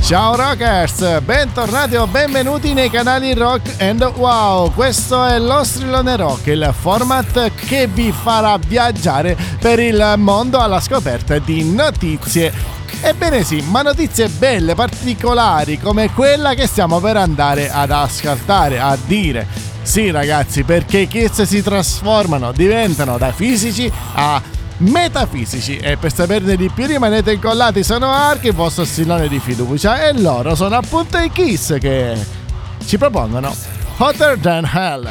Ciao Rockers, bentornati o benvenuti nei canali Rock and Wow. Questo è lo Strillone Rock, il format che vi farà viaggiare per il mondo alla scoperta di notizie. Ebbene sì, ma notizie belle, particolari, come quella che stiamo per andare ad ascoltare, a dire. Sì ragazzi, perché i Kiss si trasformano, diventano da fisici a metafisici, e per saperne di più rimanete incollati. Sono Ark, il vostro stillone di fiducia, e loro sono appunto i Kiss che ci propongono Hotter Than Hell.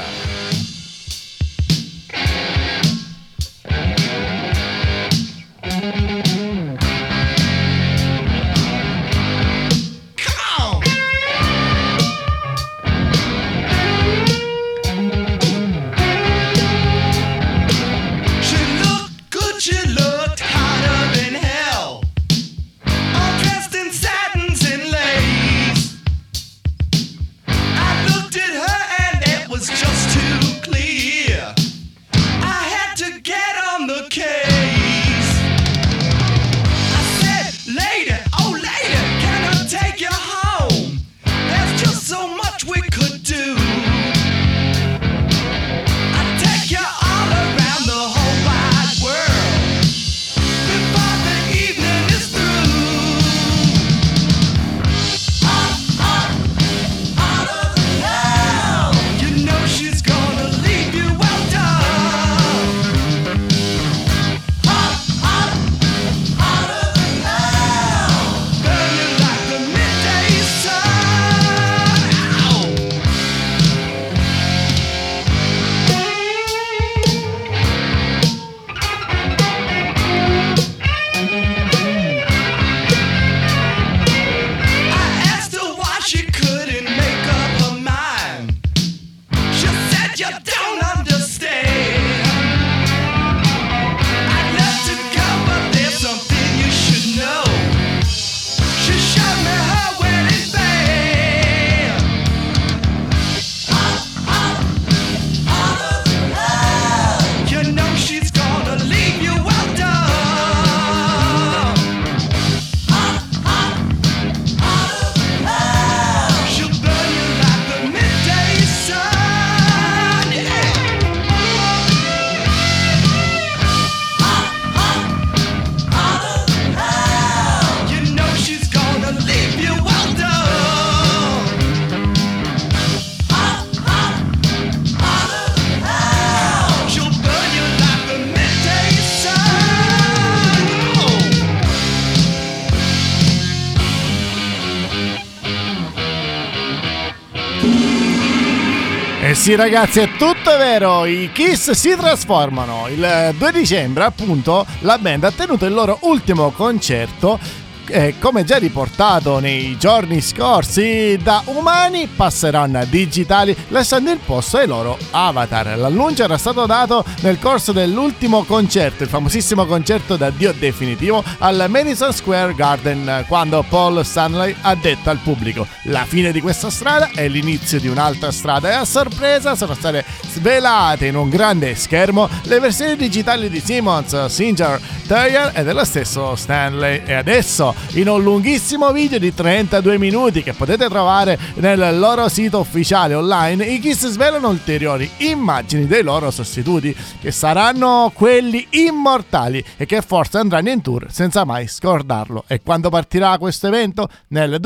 Sì ragazzi, è tutto vero, i Kiss si trasformano. Il 2 dicembre appunto la band ha tenuto il loro ultimo concerto, come già riportato nei giorni scorsi, da umani passeranno a digitali, lasciando il posto ai loro avatar. L'annuncio era stato dato nel corso dell'ultimo concerto, il famosissimo concerto d'addio definitivo al Madison Square Garden, quando Paul Stanley ha detto al pubblico: la fine di questa strada è l'inizio di un'altra strada, e a sorpresa sono state svelate in un grande schermo le versioni digitali di Simmons, Singer, Thayer e dello stesso Stanley. E adesso, in un lunghissimo video di 32 minuti che potete trovare nel loro sito ufficiale online, i Kiss svelano ulteriori immagini dei loro sostituti, che saranno quelli immortali e che forse andranno in tour senza mai scordarlo. E quando partirà questo evento? Nel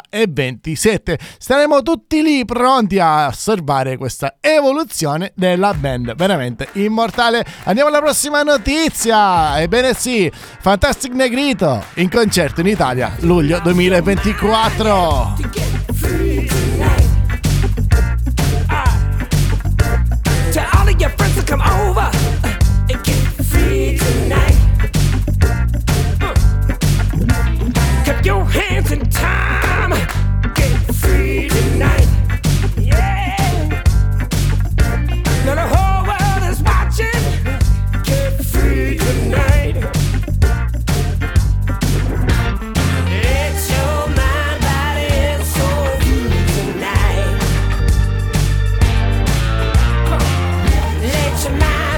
2027. Staremo tutti lì pronti a osservare questa evoluzione della band veramente immortale. Andiamo alla prossima notizia. Ebbene sì, Fantastic Negrito in concerto in Italia, luglio 2024. Your mind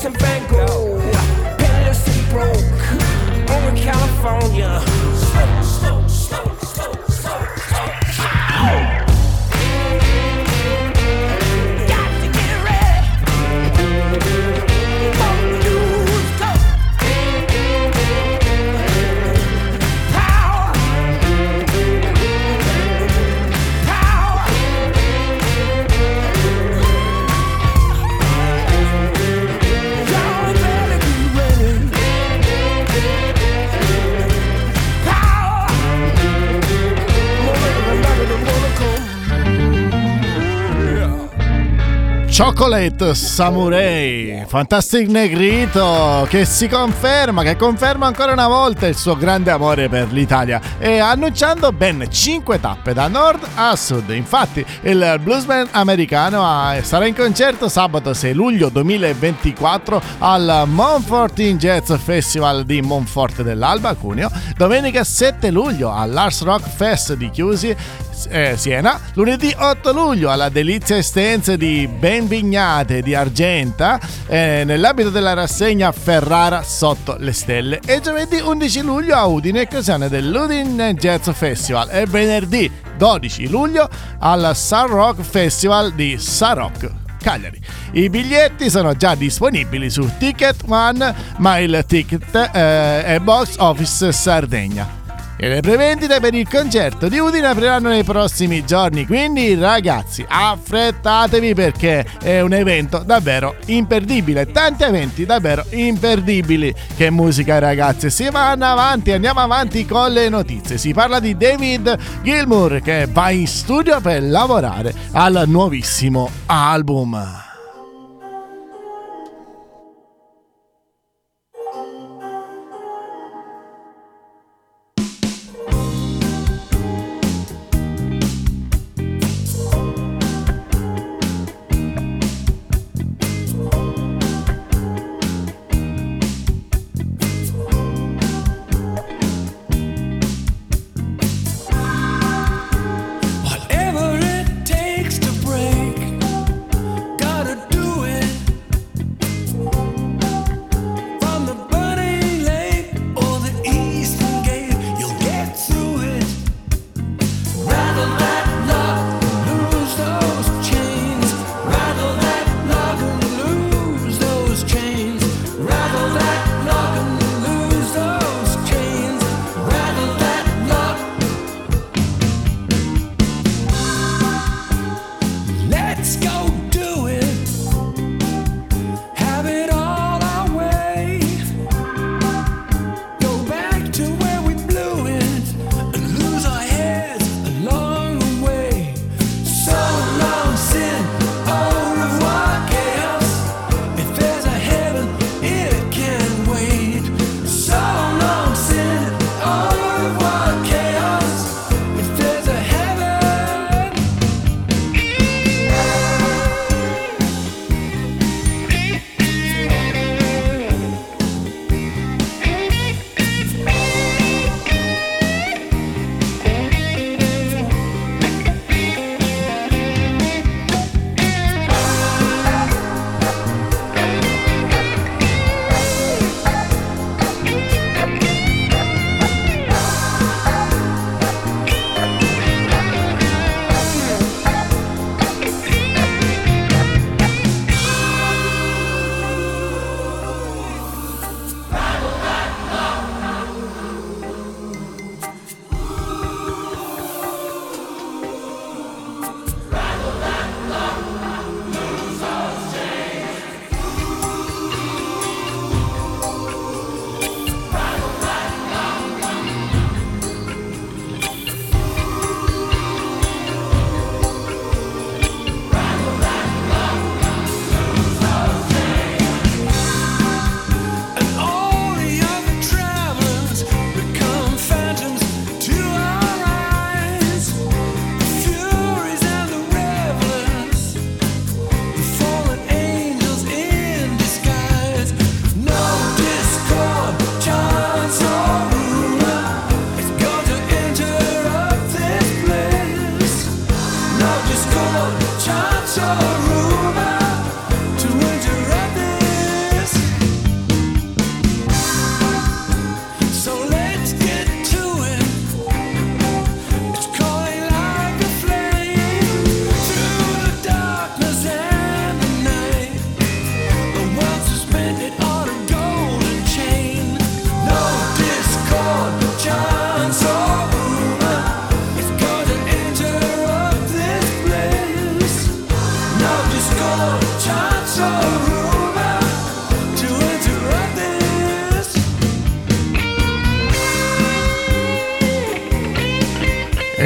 Vincent Van Gogh, penniless and broke, over in California. Slow, slow, slow, slow, slow, slow. Got to get ready. Won't lose go. Power. Power. Y'all better be ready. Power. Chocolate Samurai, Fantastic Negrito, che conferma ancora una volta il suo grande amore per l'Italia e annunciando ben 5 tappe da nord a sud. Infatti il bluesman americano sarà in concerto sabato 6 luglio 2024 al Monfortin Jazz Festival di Monforte dell'Alba, Cuneo, domenica 7 luglio all'Ars Rock Fest di Chiusi, Siena, lunedì 8 luglio alla Delizia Estense di Benvignate di Argenta, nell'ambito della rassegna Ferrara sotto le stelle, e giovedì 11 luglio a Udine, occasione dell'Udine Jazz Festival, e venerdì 12 luglio al Sun Rock Festival di Sarock, Cagliari. I biglietti sono già disponibili su Ticket One, Mile Ticket e Box Office Sardegna. E le prevendite per il concerto di Udine apriranno nei prossimi giorni, quindi ragazzi affrettatevi perché è un evento davvero imperdibile, tanti eventi davvero imperdibili. Che musica ragazzi, si vanno avanti, andiamo avanti con le notizie. Si parla di David Gilmour che va in studio per lavorare al nuovissimo album. Whatever it takes to break, God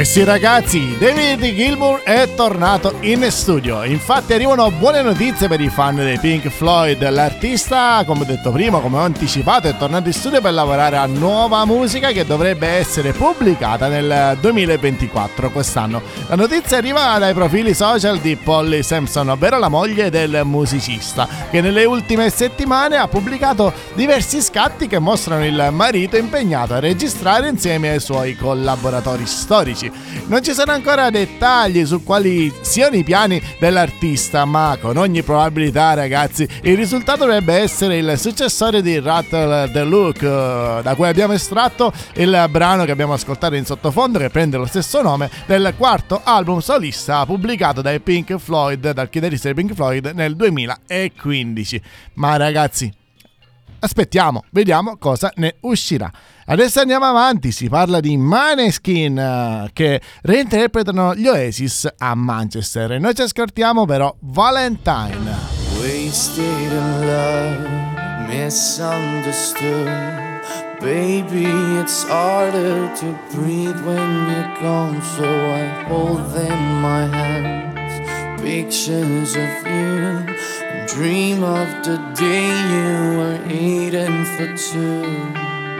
sì ragazzi, David Gilmour è tornato in studio. Infatti arrivano buone notizie per i fan dei Pink Floyd. L'artista, come detto prima, come ho anticipato, è tornato in studio per lavorare a nuova musica che dovrebbe essere pubblicata nel 2024, quest'anno. La notizia arriva dai profili social di Polly Sampson, ovvero la moglie del musicista, che nelle ultime settimane ha pubblicato diversi scatti che mostrano il marito impegnato a registrare insieme ai suoi collaboratori storici. Non ci sono ancora dettagli su quali siano i piani dell'artista, ma con ogni probabilità, ragazzi, il risultato dovrebbe essere il successore di Rattle the Look, da cui abbiamo estratto il brano che abbiamo ascoltato in sottofondo, che prende lo stesso nome del quarto album solista pubblicato dal chitarrista dei Pink Floyd nel 2015. Ma ragazzi, aspettiamo, vediamo cosa ne uscirà. Adesso andiamo avanti, si parla di Maneskin che reinterpretano gli Oasis a Manchester e noi ci ascoltiamo però Valentine. Wasted in love, misunderstood. Baby, it's harder to breathe when you're gone, so I hold in my hands pictures of you and dream of the day you were eating for two.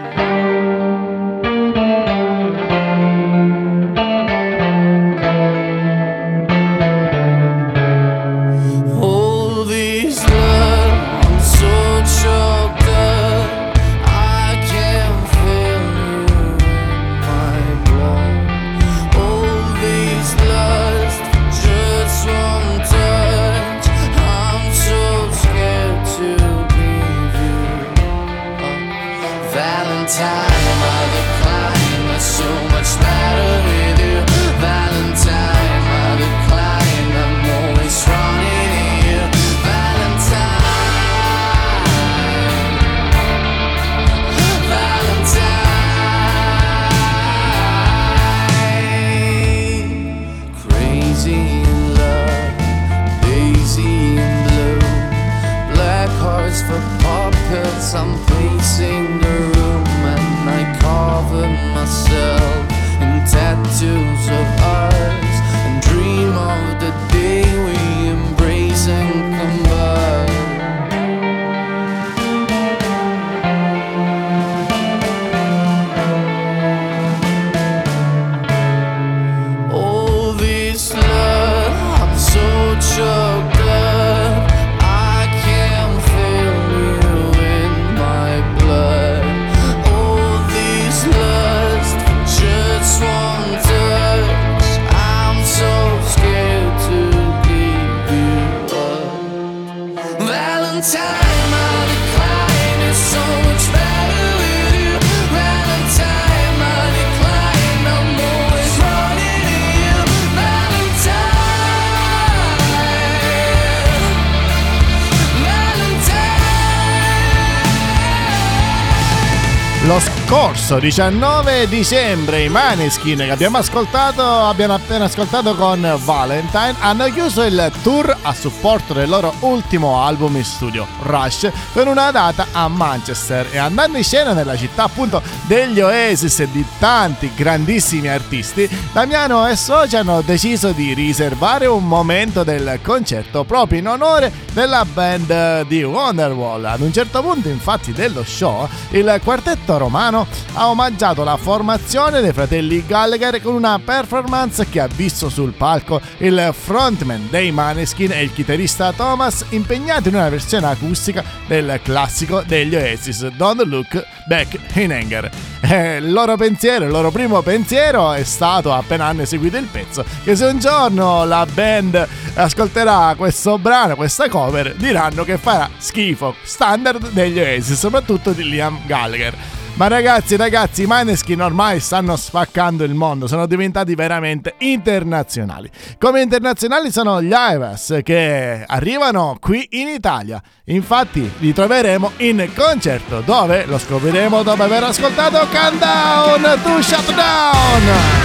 All these love, I'm so choked up, I can't feel you in my blood. All these lust, just one touch, I'm so scared to leave you. Valentine, I decline, there's so much matter with you. Valentine, I decline, I'm always running to you. Valentine, Valentine. Crazy in love, daisy in blue, black hearts for puppets, I'm pacing the room and I cover myself in tattoos of ours and dream of the day we embrace and combine. All this love, I'm so choked up, I can't feel you in my blood. All these lust, just one touch, I'm so scared to give you up. Valentine, my decline is so much better with you. Valentine, my decline, I'm always running to you. Valentine, Valentine. Lo scorso 19 dicembre i Maneskin, che abbiamo appena ascoltato con Valentine, hanno chiuso il tour a supporto del loro ultimo album in studio, Rush, con una data a Manchester, e andando in scena nella città appunto degli Oasis e di tanti grandissimi artisti, Damiano e Soci hanno deciso di riservare un momento del concerto proprio in onore della band di Wonderwall. Ad un certo punto infatti dello show il quartetto romano ha omaggiato la formazione dei fratelli Gallagher con una performance che ha visto sul palco il frontman dei Maneskin e il chitarrista Thomas impegnati in una versione acustica del classico degli Oasis, Don't Look Back in Anger. Il loro primo pensiero è stato, appena hanno eseguito il pezzo, che se un giorno la band ascolterà questo brano, questa cover, diranno che farà schifo, standard degli Oasis, soprattutto di Liam Gallagher. Ma ragazzi, i Maneskin ormai stanno spaccando il mondo, sono diventati veramente internazionali. Come internazionali sono gli Ivers, che arrivano qui in Italia. Infatti li troveremo in concerto, dove lo scopriremo dopo aver ascoltato Countdown to Shutdown.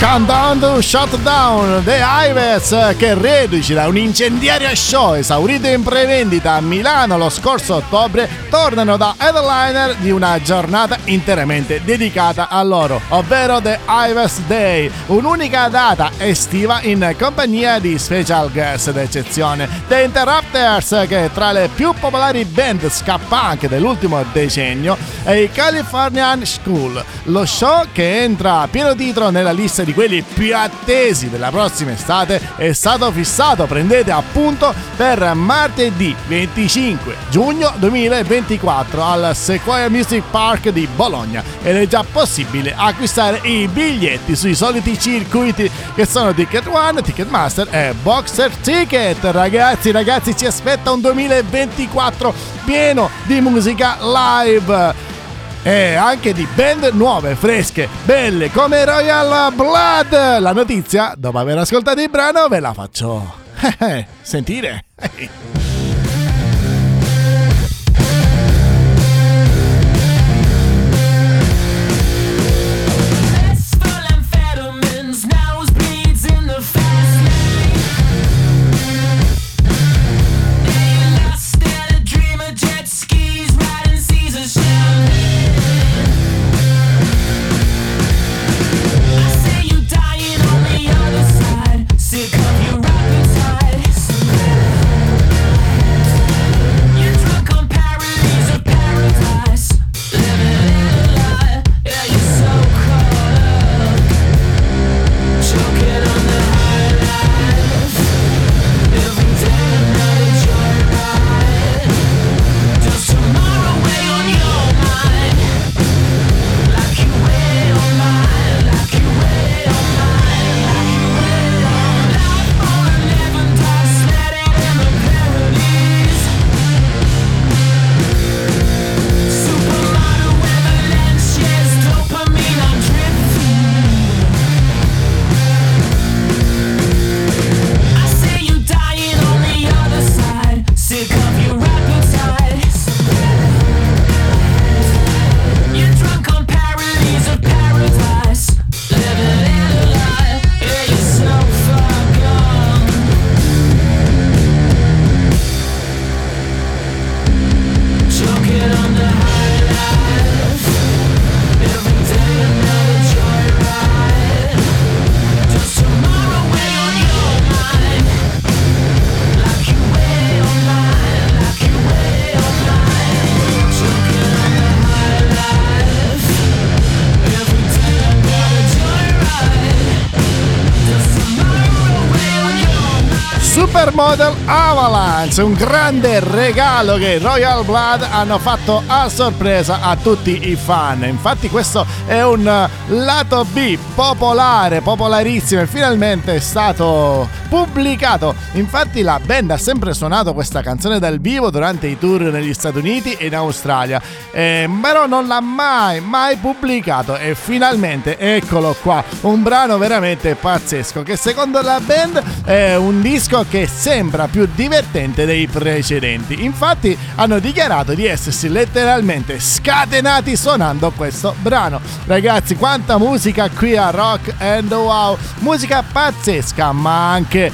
Countdown to Shutdown, The Hives, che reduci da un incendiario show esaurito in prevendita a Milano lo scorso ottobre, tornano da headliner di una giornata interamente dedicata a loro, ovvero The Hives Day, un'unica data estiva in compagnia di special guest d'eccezione, The Interrupters, che tra le più popolari band ska punk dell'ultimo decennio, e i Californian School, lo show che entra a pieno titolo nella lista di quelli più attesi della prossima estate è stato fissato, prendete appunto, per martedì 25 giugno 2024 al Sequoia Music Park di Bologna, ed è già possibile acquistare i biglietti sui soliti circuiti che sono Ticket One, Ticketmaster e Boxer Ticket. Ragazzi, ci aspetta un 2024 pieno di musica live e anche di band nuove, fresche, belle come Royal Blood. La notizia, dopo aver ascoltato il brano, ve la faccio sentire. Supermodel Avalanche, un grande regalo che i Royal Blood hanno fatto a sorpresa a tutti i fan. Infatti questo è un lato B popolarissimo e finalmente è stato pubblicato. Infatti la band ha sempre suonato questa canzone dal vivo durante i tour negli Stati Uniti e in Australia, però non l'ha mai pubblicato, e finalmente eccolo qua, un brano veramente pazzesco che secondo la band è un disco che sembra più divertente dei precedenti. Infatti hanno dichiarato di essersi letteralmente scatenati suonando questo brano. Ragazzi, quanta musica qui a Rock and Wow, musica pazzesca, ma anche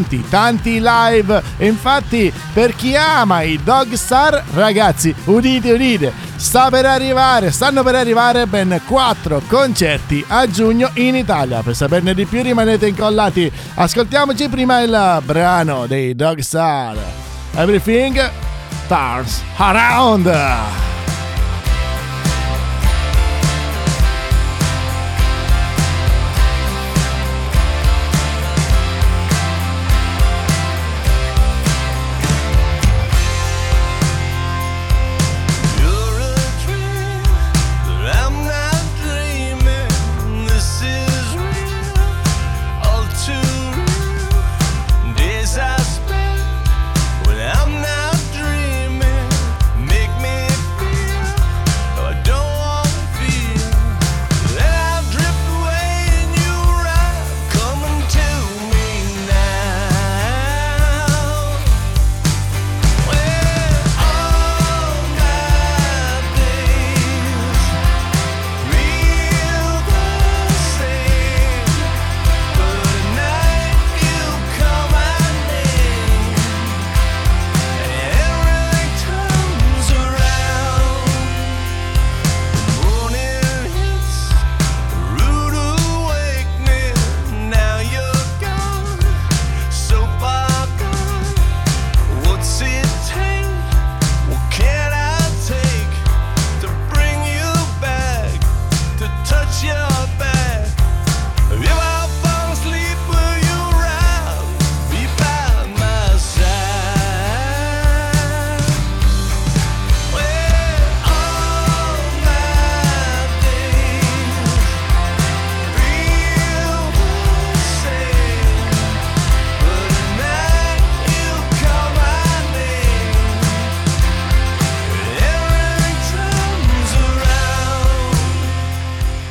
tanti live. E infatti per chi ama i Dogstar, ragazzi, udite, stanno per arrivare ben 4 concerti a giugno in Italia. Per saperne di più rimanete incollati, ascoltiamoci prima il brano dei Dogstar, Everything Turns Around. I'm not dreaming, make me feel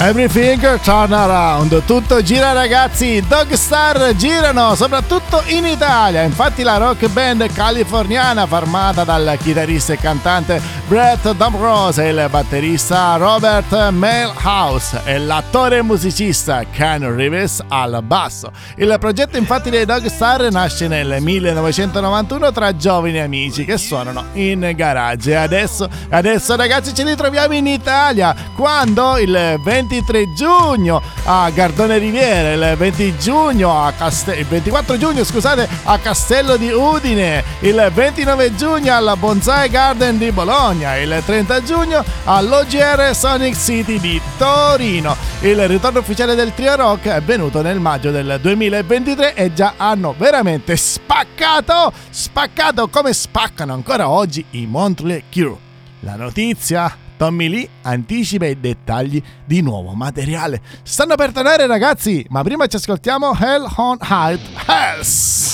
Everything turn around, tutto gira ragazzi, Dogstar girano soprattutto in Italia, infatti la rock band californiana formata dal chitarrista e cantante Brett Domrose, il batterista Robert Mailhouse e l'attore e musicista Ken Reeves al basso. Il progetto infatti dei Dogstar nasce nel 1991 tra giovani amici che suonano in garage e adesso ragazzi ci ritroviamo in Italia quando il 23 giugno a Gardone Riviera, il 24 giugno scusate a Castello di Udine, il 29 giugno alla Bonsai Garden di Bologna, il 30 giugno all'OGR Sonic City di Torino. Il ritorno ufficiale del trio rock è venuto nel maggio del 2023 e già hanno veramente spaccato come spaccano ancora oggi i Motley Crue. La notizia: Tommy Lee anticipa i dettagli di nuovo materiale. Stanno per tornare ragazzi, ma prima ci ascoltiamo Hell on Earth Hells.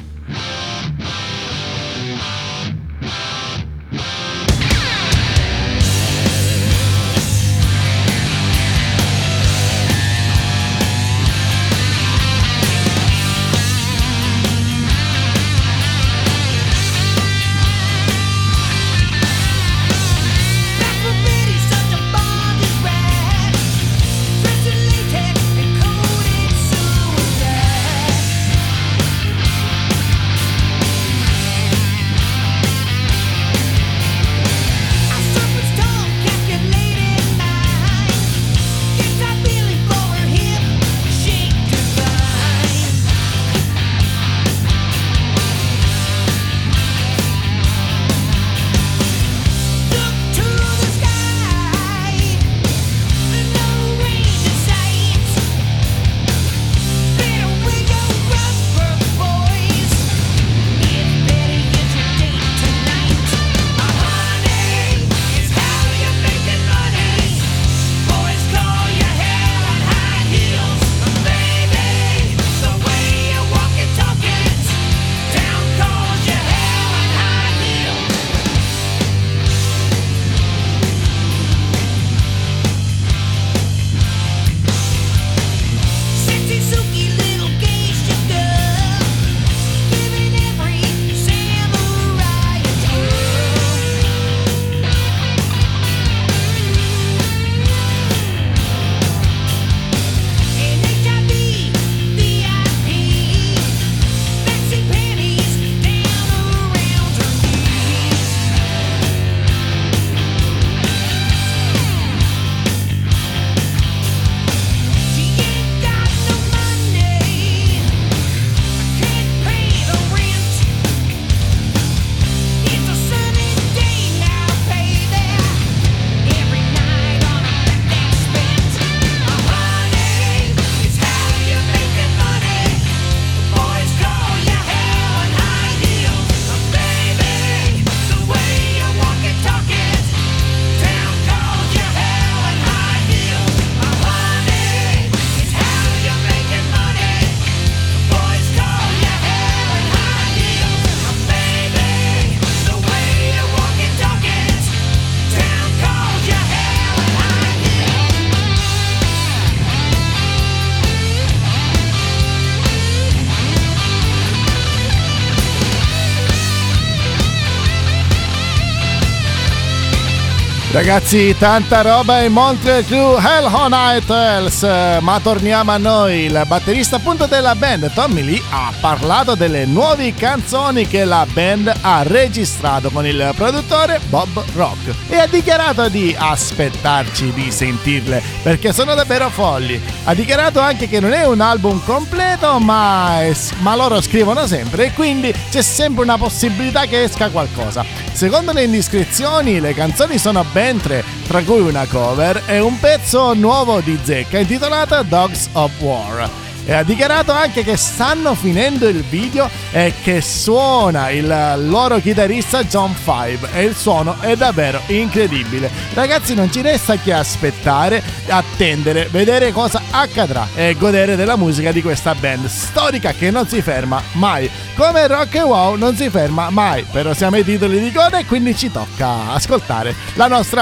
Ragazzi, tanta roba in Motley Crue, Hell on Earth Hells. Ma torniamo a noi. Il batterista appunto della band, Tommy Lee, ha parlato delle nuove canzoni che la band ha registrato con il produttore Bob Rock e ha dichiarato di aspettarci di sentirle perché sono davvero folli. Ha dichiarato anche che non è un album completo, ma loro scrivono sempre e quindi c'è sempre una possibilità che esca qualcosa. Secondo le indiscrezioni, le canzoni sono ben tre, tra cui una cover e un pezzo nuovo di zecca intitolato Dogs of War. E ha dichiarato anche che stanno finendo il video e che suona il loro chitarrista John Five e il suono è davvero incredibile. Ragazzi, non ci resta che aspettare, attendere, vedere cosa accadrà e godere della musica di questa band storica che non si ferma mai, come Rock and Wow non si ferma mai. Però siamo ai titoli di coda e quindi ci tocca ascoltare la nostra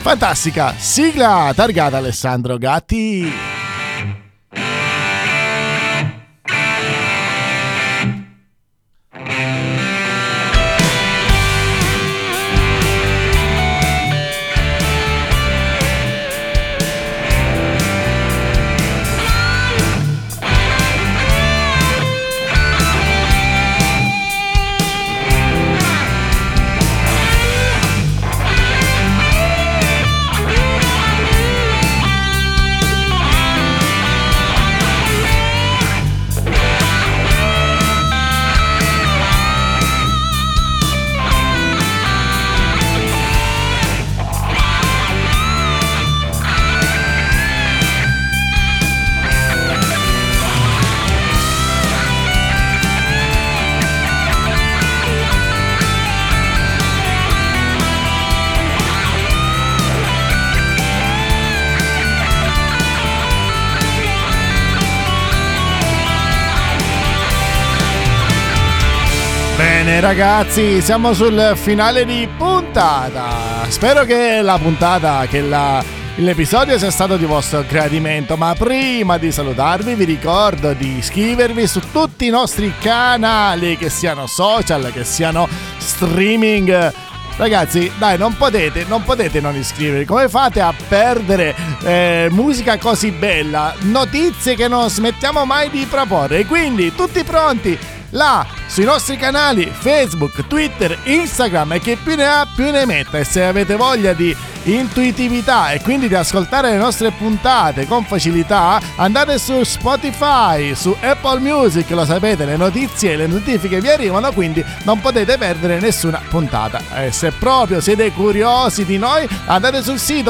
Fantastica sigla targata Alessandro Gatti. Bene ragazzi, siamo sul finale di puntata. Spero che la puntata, l'episodio sia stato di vostro gradimento, ma prima di salutarvi vi ricordo di iscrivervi su tutti i nostri canali, che siano social, che siano streaming. Ragazzi, dai, non potete non iscrivervi. Come fate a perdere musica così bella, notizie che non smettiamo mai di proporre? Quindi tutti pronti là sui nostri canali Facebook, Twitter, Instagram, e chi più ne ha più ne metta. E se avete voglia di intuitività e quindi di ascoltare le nostre puntate con facilità, andate su Spotify, su Apple Music, lo sapete, le notizie e le notifiche vi arrivano, quindi non potete perdere nessuna puntata. E se proprio siete curiosi di noi, andate sul sito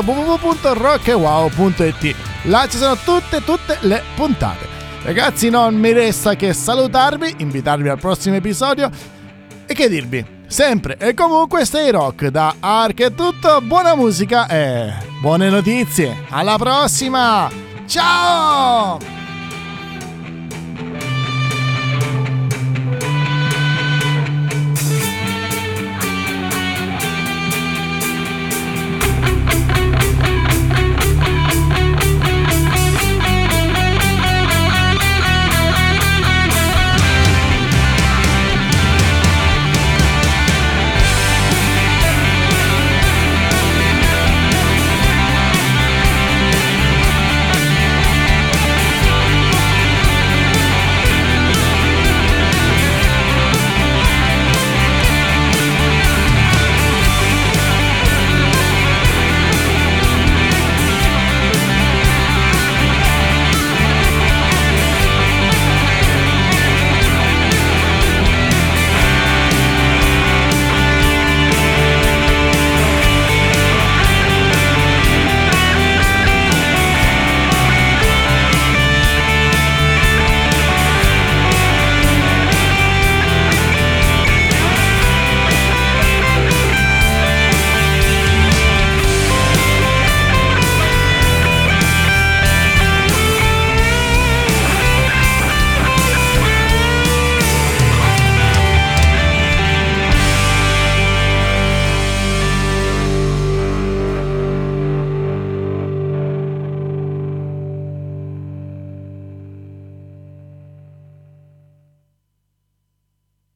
www.rockewow.it, là ci sono tutte le puntate. Ragazzi, non mi resta che salutarvi, invitarvi al prossimo episodio e che dirvi, sempre e comunque stay rock. Da Ark è tutto, buona musica e buone notizie. Alla prossima, ciao!